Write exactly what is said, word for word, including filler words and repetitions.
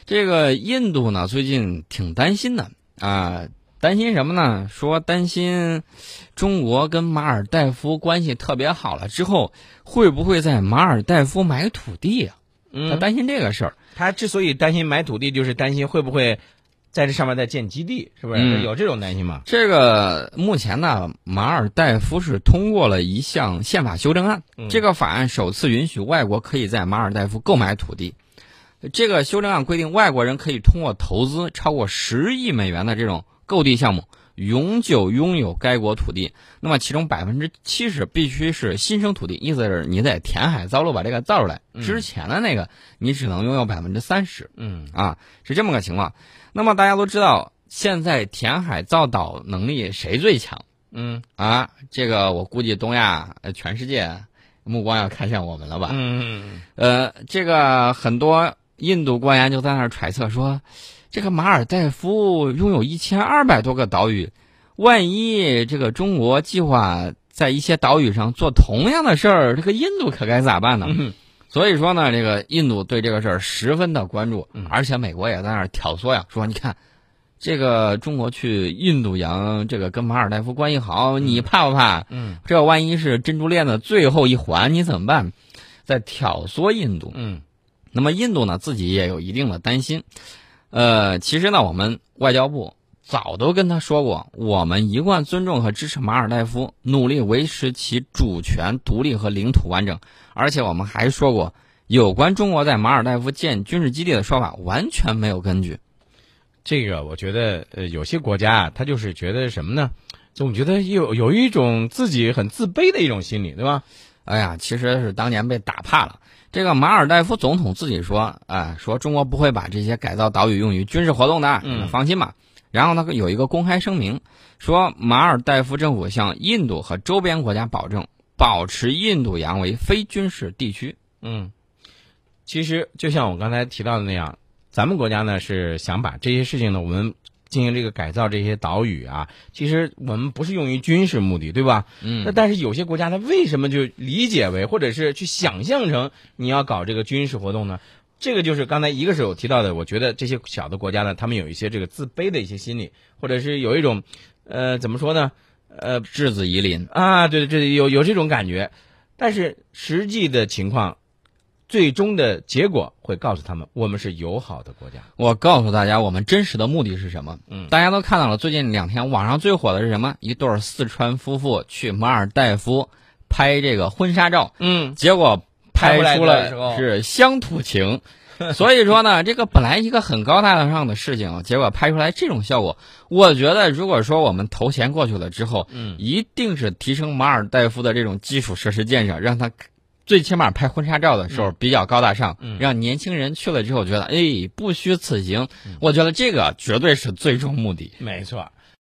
这个印度呢，最近挺担心的啊，担心什么呢？说担心中国跟马尔代夫关系特别好了之后，会不会在马尔代夫买土地呀、啊？ 嗯， 他担心这个事儿。 他之所以担心买土地，就是担心会不会在这上面再建基地，是不是？ 嗯、 有这种担心吗？ 这个目前呢，马尔代夫是通过了一项宪法修正案， 嗯、 这个法案首次允许外国可以在马尔代夫购买土地。这个修正案规定，外国人可以通过投资超过十亿美元的这种购地项目，永久拥有该国土地。那么其中百分之七十必须是新生土地，意思是你在填海造陆把这个造出来， 嗯、 之前的那个你只能拥有百分之三十。 嗯啊，是这么个情况。那么大家都知道，现在填海造岛能力谁最强？ 嗯啊，这个我估计东亚、呃、全世界目光要看向我们了吧？ 嗯呃，这个很多印度官员就在那儿揣测说，这个马尔代夫拥有一千二百多个岛屿，万一这个中国计划在一些岛屿上做同样的事儿，这个印度可该咋办呢？ 嗯所以说呢，这个印度对这个事儿十分的关注， 嗯、 而且美国也在那儿挑唆呀，说你看，这个中国去印度洋，这个跟马尔代夫关系好，你怕不怕？ 嗯， 这万一是珍珠链的最后一环，你怎么办？在挑唆印度。 嗯， 那么印度呢，自己也有一定的担心。呃，其实呢，我们外交部早都跟他说过，我们一贯尊重和支持马尔代夫，努力维持其主权、独立和领土完整。而且我们还说过，有关中国在马尔代夫建军事基地的说法完全没有根据。 这个我觉得，呃，有些国家啊，他就是觉得什么呢？总觉得有有一种自己很自卑的一种心理，对吧？ 哎呀，其实是当年被打怕了。这个马尔代夫总统自己说，哎，说中国不会把这些改造岛屿用于军事活动的，你们放心吧。然后呢，有一个公开声明，说马尔代夫政府向印度和周边国家保证，保持印度洋为非军事地区。 嗯，其实就像我刚才提到的那样，咱们国家呢是想把这些事情呢，我们进行这个改造这些岛屿啊，其实我们不是用于军事目的，对吧？ 嗯。 那但是有些国家它为什么就理解为或者是去想象成你要搞这个军事活动呢？这个就是刚才一个是有提到的，我觉得这些小的国家呢，他们有一些这个自卑的一些心理，或者是有一种，呃，怎么说呢？呃， 质子疑邻啊，对对对，有有这种感觉。但是实际的情况，最终的结果会告诉他们，我们是友好的国家。 我告诉大家，我们真实的目的是什么？ 嗯， 大家都看到了，最近两天网上最火的是什么？一对四川夫妇去马尔代夫拍这个婚纱照， 嗯， 结果拍出了了是乡土情。所以说呢，这个本来一个很高大上的事情，结果拍出来这种效果，我觉得如果说我们投钱过去了之后， 嗯， 一定是提升马尔代夫的这种基础设施建设，让他最起码拍婚纱照的时候比较高大上， 嗯， 让年轻人去了之后觉得，哎，不虚此行。嗯，我觉得这个绝对是最终目的。 没错。